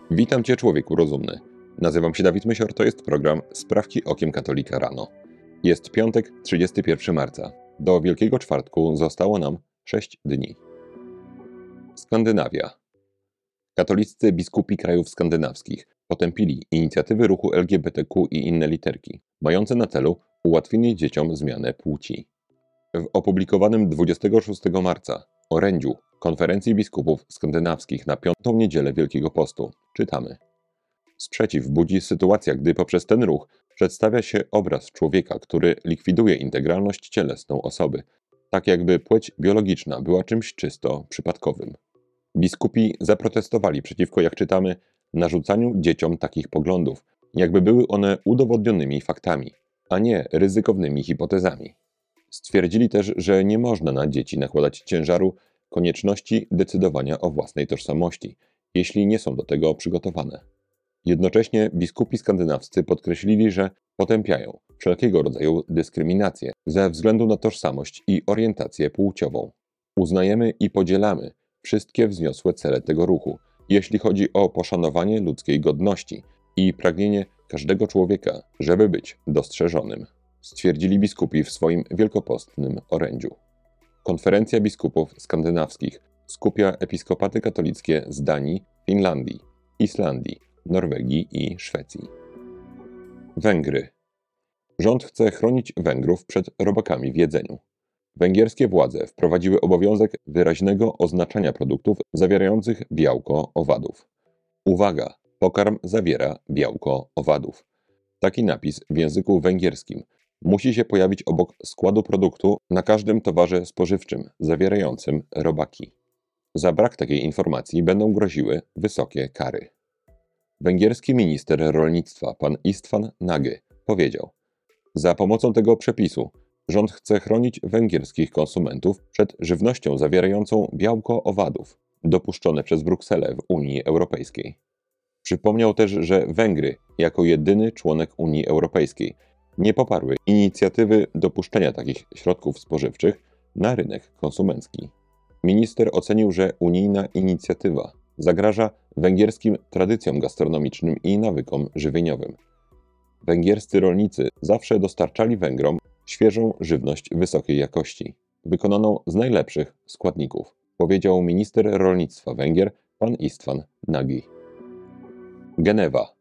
Witam Cię, człowieku rozumny. Nazywam się Dawid Mysior, to jest program Sprawki okiem katolika rano. Jest piątek, 31 marca. Do Wielkiego Czwartku zostało nam 6 dni. Skandynawia. Katoliccy biskupi krajów skandynawskich potępili inicjatywy ruchu LGBTQ i inne literki, mające na celu ułatwienie dzieciom zmianę płci. W opublikowanym 26 marca orędziu Konferencji Biskupów Skandynawskich na piątą niedzielę Wielkiego Postu czytamy: sprzeciw budzi sytuacja, gdy poprzez ten ruch przedstawia się obraz człowieka, który likwiduje integralność cielesną osoby, tak jakby płeć biologiczna była czymś czysto przypadkowym. Biskupi zaprotestowali przeciwko, jak czytamy, narzucaniu dzieciom takich poglądów, jakby były one udowodnionymi faktami, a nie ryzykownymi hipotezami. Stwierdzili też, że nie można na dzieci nakładać ciężaru konieczności decydowania o własnej tożsamości, jeśli nie są do tego przygotowane. Jednocześnie biskupi skandynawscy podkreślili, że potępiają wszelkiego rodzaju dyskryminację ze względu na tożsamość i orientację płciową. Uznajemy i podzielamy wszystkie wzniosłe cele tego ruchu, jeśli chodzi o poszanowanie ludzkiej godności i pragnienie każdego człowieka, żeby być dostrzeżonym, stwierdzili biskupi w swoim wielkopostnym orędziu. Konferencja Biskupów Skandynawskich skupia episkopaty katolickie z Danii, Finlandii, Islandii, Norwegii i Szwecji. Węgry. Rząd chce chronić Węgrów przed robakami w jedzeniu. Węgierskie władze wprowadziły obowiązek wyraźnego oznaczania produktów zawierających białko owadów. Uwaga! Pokarm zawiera białko owadów. Taki napis w języku węgierskim musi się pojawić obok składu produktu na każdym towarze spożywczym zawierającym robaki. Za brak takiej informacji będą groziły wysokie kary. Węgierski minister rolnictwa pan István Nagy powiedział: za pomocą tego przepisu rząd chce chronić węgierskich konsumentów przed żywnością zawierającą białko owadów, dopuszczone przez Brukselę w Unii Europejskiej. Przypomniał też, że Węgry, jako jedyny członek Unii Europejskiej, nie poparły inicjatywy dopuszczenia takich środków spożywczych na rynek konsumencki. Minister ocenił, że unijna inicjatywa zagraża węgierskim tradycjom gastronomicznym i nawykom żywieniowym. Węgierscy rolnicy zawsze dostarczali Węgrom świeżą żywność wysokiej jakości, wykonaną z najlepszych składników, powiedział minister rolnictwa Węgier pan István Nagy. Genewa.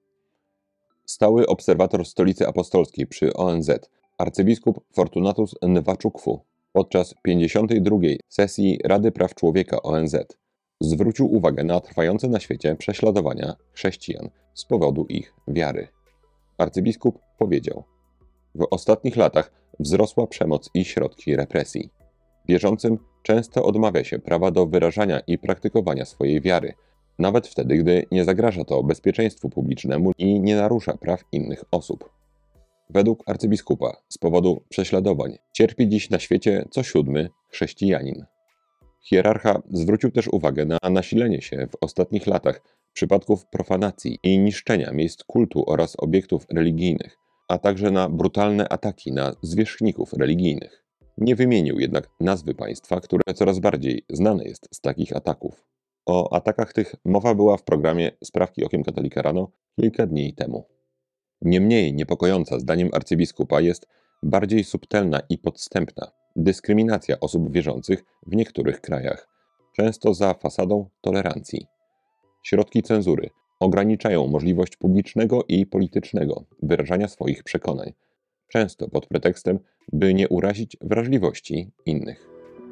Stały obserwator Stolicy Apostolskiej przy ONZ, arcybiskup Fortunatus Nwaczukwu, podczas 52. sesji Rady Praw Człowieka ONZ zwrócił uwagę na trwające na świecie prześladowania chrześcijan z powodu ich wiary. Arcybiskup powiedział: w ostatnich latach wzrosła przemoc i środki represji. Wierzącym często odmawia się prawa do wyrażania i praktykowania swojej wiary, nawet wtedy, gdy nie zagraża to bezpieczeństwu publicznemu i nie narusza praw innych osób. Według arcybiskupa z powodu prześladowań cierpi dziś na świecie co 7 chrześcijanin. Hierarcha zwrócił też uwagę na nasilenie się w ostatnich latach przypadków profanacji i niszczenia miejsc kultu oraz obiektów religijnych, a także na brutalne ataki na zwierzchników religijnych. Nie wymienił jednak nazwy państwa, które coraz bardziej znane jest z takich ataków. O atakach tych mowa była w programie Sprawki okiem katolika rano kilka dni temu. Niemniej niepokojąca zdaniem arcybiskupa jest bardziej subtelna i podstępna dyskryminacja osób wierzących w niektórych krajach, często za fasadą tolerancji. Środki cenzury ograniczają możliwość publicznego i politycznego wyrażania swoich przekonań, często pod pretekstem, by nie urazić wrażliwości innych.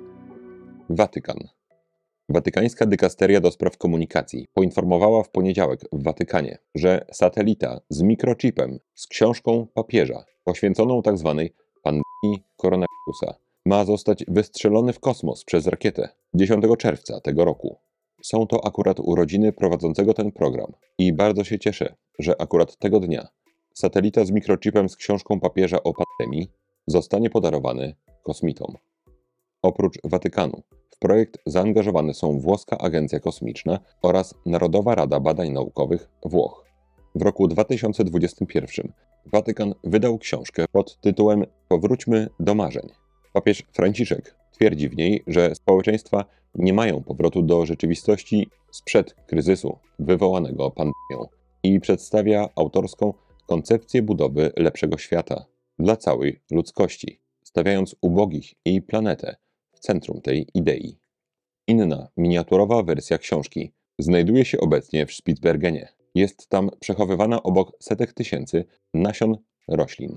Watykan. Watykańska dykasteria do spraw komunikacji poinformowała w poniedziałek w Watykanie, że satelita z mikrochipem z książką papieża poświęconą tzw. pandemii koronawirusa ma zostać wystrzelony w kosmos przez rakietę 10 czerwca tego roku. Są to akurat urodziny prowadzącego ten program i bardzo się cieszę, że akurat tego dnia satelita z mikrochipem z książką papieża o pandemii zostanie podarowany kosmitom. Oprócz Watykanu w projekt zaangażowane są Włoska Agencja Kosmiczna oraz Narodowa Rada Badań Naukowych Włoch. W roku 2021 Watykan wydał książkę pod tytułem Powróćmy do marzeń. Papież Franciszek Twierdzi w niej, że społeczeństwa nie mają powrotu do rzeczywistości sprzed kryzysu wywołanego pandemią i przedstawia autorską koncepcję budowy lepszego świata dla całej ludzkości, stawiając ubogich i planetę w centrum tej idei. Inna, miniaturowa wersja książki znajduje się obecnie w Spitsbergenie. Jest tam przechowywana obok setek tysięcy nasion roślin.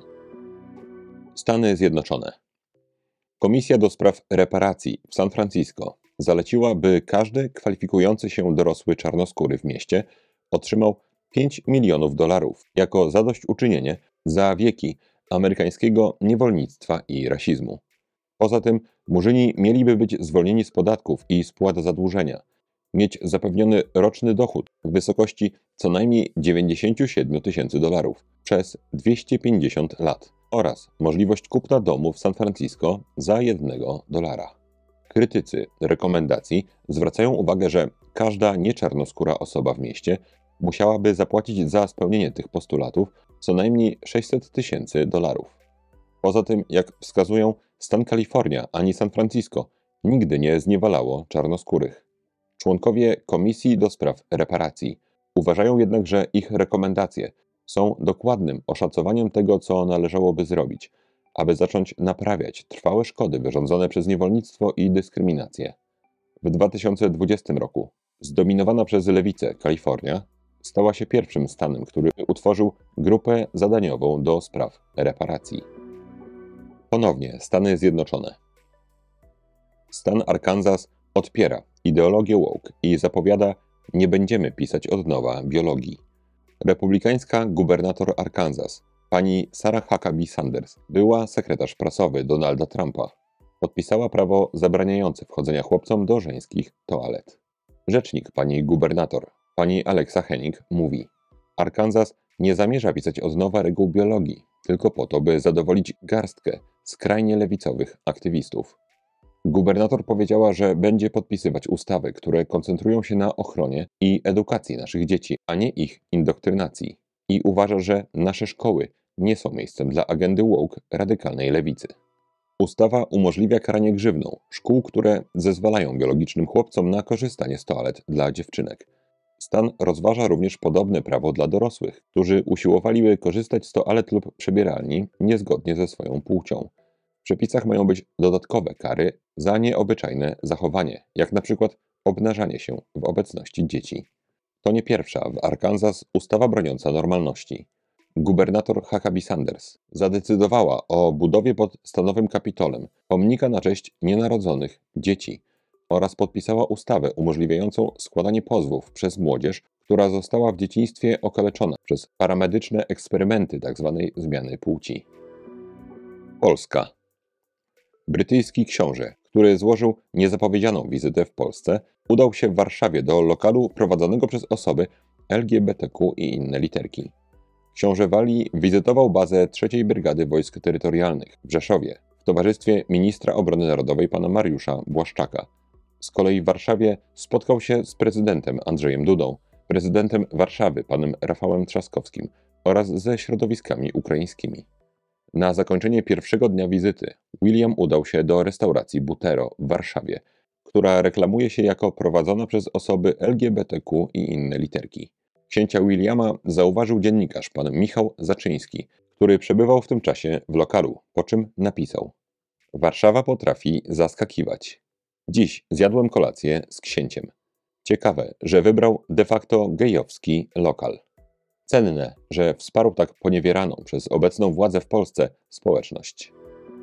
Stany Zjednoczone. Komisja do spraw reparacji w San Francisco zaleciła, by każdy kwalifikujący się dorosły czarnoskóry w mieście otrzymał $5 milionów jako zadośćuczynienie za wieki amerykańskiego niewolnictwa i rasizmu. Poza tym Murzyni mieliby być zwolnieni z podatków i spłat zadłużenia, mieć zapewniony roczny dochód w wysokości co najmniej $97 tysięcy przez 250 lat oraz możliwość kupna domu w San Francisco za $1. Krytycy rekomendacji zwracają uwagę, że każda nieczarnoskóra osoba w mieście musiałaby zapłacić za spełnienie tych postulatów co najmniej $600 tysięcy. Poza tym, jak wskazują, stan Kalifornia ani San Francisco nigdy nie zniewalało czarnoskórych. Członkowie Komisji do spraw reparacji uważają jednak, że ich rekomendacje są dokładnym oszacowaniem tego, co należałoby zrobić, aby zacząć naprawiać trwałe szkody wyrządzone przez niewolnictwo i dyskryminację. W 2020 roku zdominowana przez lewicę Kalifornia stała się pierwszym stanem, który utworzył grupę zadaniową do spraw reparacji. Ponownie Stany Zjednoczone. Stan Arkansas odpiera ideologię woke i zapowiada: nie będziemy pisać od nowa biologii. Republikańska gubernator Arkansas, pani Sarah Huckabee Sanders, była sekretarz prasowy Donalda Trumpa. Podpisała prawo zabraniające wchodzenia chłopcom do żeńskich toalet. Rzecznik pani gubernator, pani Alexa Hennig, mówi: Arkansas nie zamierza pisać od nowa reguł biologii, tylko po to, by zadowolić garstkę skrajnie lewicowych aktywistów. Gubernator powiedziała, że będzie podpisywać ustawy, które koncentrują się na ochronie i edukacji naszych dzieci, a nie ich indoktrynacji. I uważa, że nasze szkoły nie są miejscem dla agendy woke radykalnej lewicy. Ustawa umożliwia karanie grzywną szkół, które zezwalają biologicznym chłopcom na korzystanie z toalet dla dziewczynek. Stan rozważa również podobne prawo dla dorosłych, którzy usiłowaliby korzystać z toalet lub przebieralni niezgodnie ze swoją płcią. W przepisach mają być dodatkowe kary za nieobyczajne zachowanie, jak na przykład obnażanie się w obecności dzieci. To nie pierwsza w Arkansas ustawa broniąca normalności. Gubernator Huckabee Sanders zadecydowała o budowie pod stanowym Kapitolem pomnika na cześć nienarodzonych dzieci oraz podpisała ustawę umożliwiającą składanie pozwów przez młodzież, która została w dzieciństwie okaleczona przez paramedyczne eksperymenty tzw. zmiany płci. Polska. Brytyjski książę, który złożył niezapowiedzianą wizytę w Polsce, udał się w Warszawie do lokalu prowadzonego przez osoby LGBTQ i inne literki. Książę Walii wizytował bazę III Brygady Wojsk Terytorialnych w Rzeszowie w towarzystwie ministra obrony narodowej pana Mariusza Błaszczaka. Z kolei w Warszawie spotkał się z prezydentem Andrzejem Dudą, prezydentem Warszawy panem Rafałem Trzaskowskim oraz ze środowiskami ukraińskimi. Na zakończenie pierwszego dnia wizyty William udał się do restauracji Butero w Warszawie, która reklamuje się jako prowadzona przez osoby LGBTQ i inne literki. Księcia Williama zauważył dziennikarz pan Michał Zaczyński, który przebywał w tym czasie w lokalu, po czym napisał: Warszawa potrafi zaskakiwać. Dziś zjadłem kolację z księciem. Ciekawe, że wybrał de facto gejowski lokal. Cenne, że wsparł tak poniewieraną przez obecną władzę w Polsce społeczność.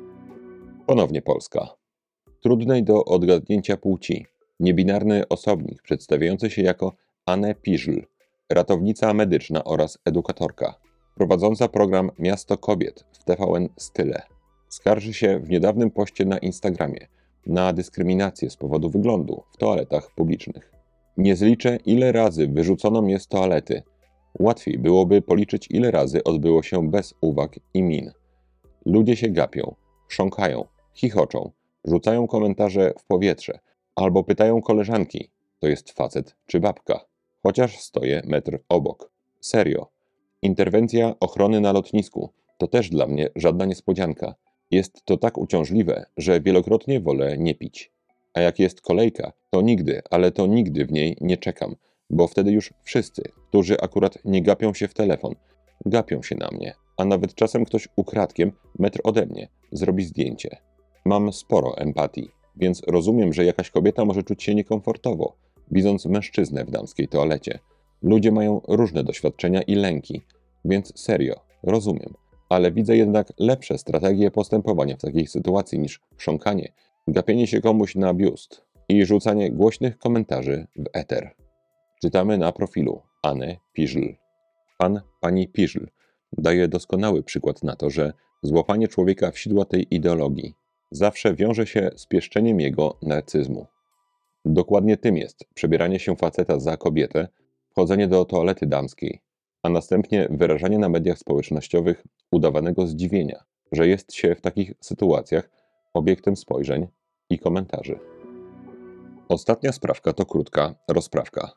Ponownie Polska. Trudnej do odgadnięcia płci. Niebinarny osobnik przedstawiający się jako Anne Piżl, ratownica medyczna oraz edukatorka, prowadząca program Miasto Kobiet w TVN Style. Skarży się w niedawnym poście na Instagramie na dyskryminację z powodu wyglądu w toaletach publicznych. Nie zliczę, ile razy wyrzucono mnie z toalety. Łatwiej byłoby policzyć, ile razy odbyło się bez uwag i min. Ludzie się gapią, chrząkają, chichoczą, rzucają komentarze w powietrze albo pytają koleżanki, to jest facet czy babka, chociaż stoję metr obok. Serio. Interwencja ochrony na lotnisku to też dla mnie żadna niespodzianka. Jest to tak uciążliwe, że wielokrotnie wolę nie pić. A jak jest kolejka, to nigdy, ale to nigdy w niej nie czekam, bo wtedy już wszyscy, którzy akurat nie gapią się w telefon, gapią się na mnie, a nawet czasem ktoś ukradkiem, metr ode mnie, zrobi zdjęcie. Mam sporo empatii, więc rozumiem, że jakaś kobieta może czuć się niekomfortowo, widząc mężczyznę w damskiej toalecie. Ludzie mają różne doświadczenia i lęki, więc serio, rozumiem. Ale widzę jednak lepsze strategie postępowania w takiej sytuacji niż chrząkanie, gapienie się komuś na biust i rzucanie głośnych komentarzy w eter. Czytamy na profilu Anny Piżl. Pani Piżl daje doskonały przykład na to, że złapanie człowieka w sidła tej ideologii zawsze wiąże się z pieszczeniem jego narcyzmu. Dokładnie tym jest przebieranie się faceta za kobietę, wchodzenie do toalety damskiej, a następnie wyrażanie na mediach społecznościowych udawanego zdziwienia, że jest się w takich sytuacjach obiektem spojrzeń i komentarzy. Ostatnia sprawka to krótka rozprawka.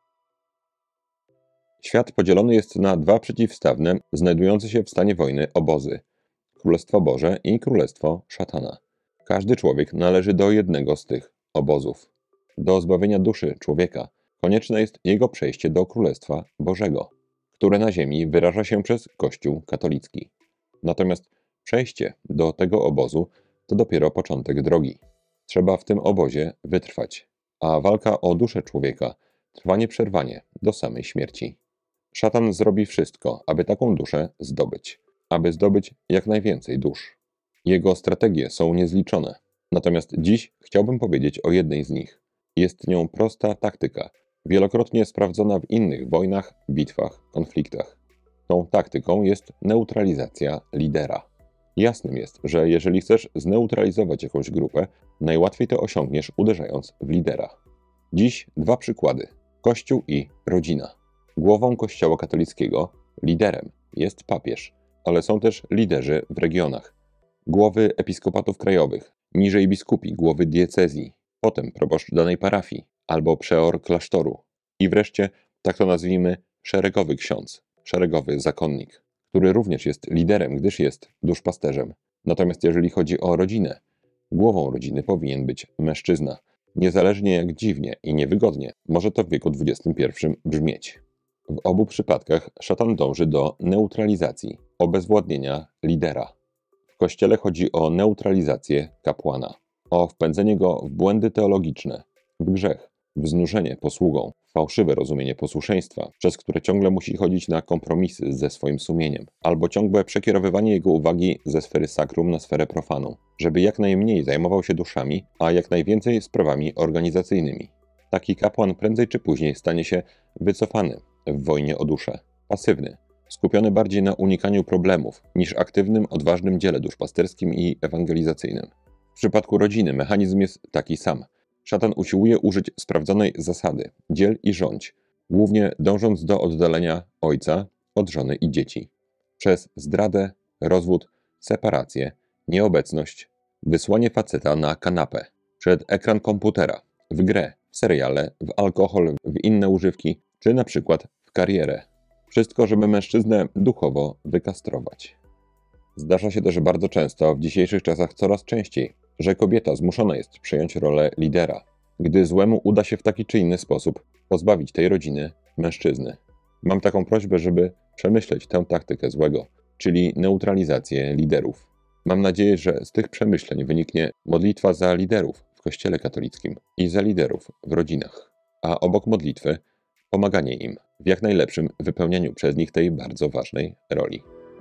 Świat podzielony jest na dwa przeciwstawne, znajdujące się w stanie wojny obozy: Królestwo Boże i Królestwo Szatana. Każdy człowiek należy do jednego z tych obozów. Do zbawienia duszy człowieka konieczne jest jego przejście do Królestwa Bożego, które na ziemi wyraża się przez Kościół katolicki. Natomiast przejście do tego obozu to dopiero początek drogi. Trzeba w tym obozie wytrwać, a walka o duszę człowieka trwa nieprzerwanie do samej śmierci. Szatan zrobi wszystko, aby taką duszę zdobyć, aby zdobyć jak najwięcej dusz. Jego strategie są niezliczone, natomiast dziś chciałbym powiedzieć o jednej z nich. Jest nią prosta taktyka, wielokrotnie sprawdzona w innych wojnach, bitwach, konfliktach. Tą taktyką jest neutralizacja lidera. Jasnym jest, że jeżeli chcesz zneutralizować jakąś grupę, najłatwiej to osiągniesz uderzając w lidera. Dziś dwa przykłady: Kościół i rodzina. Głową Kościoła katolickiego, liderem, jest papież, ale są też liderzy w regionach. Głowy episkopatów krajowych, niżej biskupi, głowy diecezji, potem proboszcz danej parafii albo przeor klasztoru i wreszcie, tak to nazwijmy, szeregowy ksiądz, szeregowy zakonnik, który również jest liderem, gdyż jest duszpasterzem. Natomiast jeżeli chodzi o rodzinę, głową rodziny powinien być mężczyzna, niezależnie jak dziwnie i niewygodnie może to w wieku XXI brzmieć. W obu przypadkach szatan dąży do neutralizacji, obezwładnienia lidera. W Kościele chodzi o neutralizację kapłana, o wpędzenie go w błędy teologiczne, w grzech, w znużenie posługą, w fałszywe rozumienie posłuszeństwa, przez które ciągle musi chodzić na kompromisy ze swoim sumieniem, albo ciągłe przekierowywanie jego uwagi ze sfery sakrum na sferę profanum, żeby jak najmniej zajmował się duszami, a jak najwięcej sprawami organizacyjnymi. Taki kapłan prędzej czy później stanie się wycofany w wojnie o duszę, pasywny, skupiony bardziej na unikaniu problemów niż aktywnym, odważnym dziele duszpasterskim i ewangelizacyjnym. W przypadku rodziny mechanizm jest taki sam. Szatan usiłuje użyć sprawdzonej zasady: dziel i rządź, głównie dążąc do oddalenia ojca od żony i dzieci. Przez zdradę, rozwód, separację, nieobecność, wysłanie faceta na kanapę, przed ekran komputera, w grę, w seriale, w alkohol, w inne używki, czy na przykład w karierę. Wszystko, żeby mężczyznę duchowo wykastrować. Zdarza się też bardzo często, w dzisiejszych czasach coraz częściej, że kobieta zmuszona jest przejąć rolę lidera, gdy złemu uda się w taki czy inny sposób pozbawić tej rodziny mężczyzny. Mam taką prośbę, żeby przemyśleć tę taktykę złego, czyli neutralizację liderów. Mam nadzieję, że z tych przemyśleń wyniknie modlitwa za liderów w Kościele katolickim i za liderów w rodzinach, a obok modlitwy pomaganie im w jak najlepszym wypełnianiu przez nich tej bardzo ważnej roli.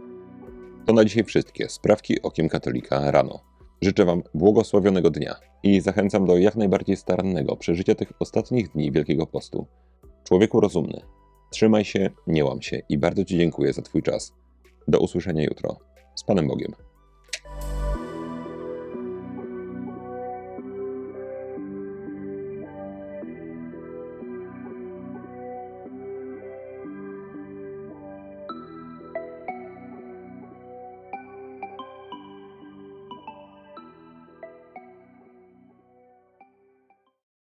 To na dzisiaj wszystkie sprawki okiem katolika rano. Życzę Wam błogosławionego dnia i zachęcam do jak najbardziej starannego przeżycia tych ostatnich dni Wielkiego Postu. Człowieku rozumny, trzymaj się, nie łam się i bardzo Ci dziękuję za Twój czas. Do usłyszenia jutro. Z Panem Bogiem.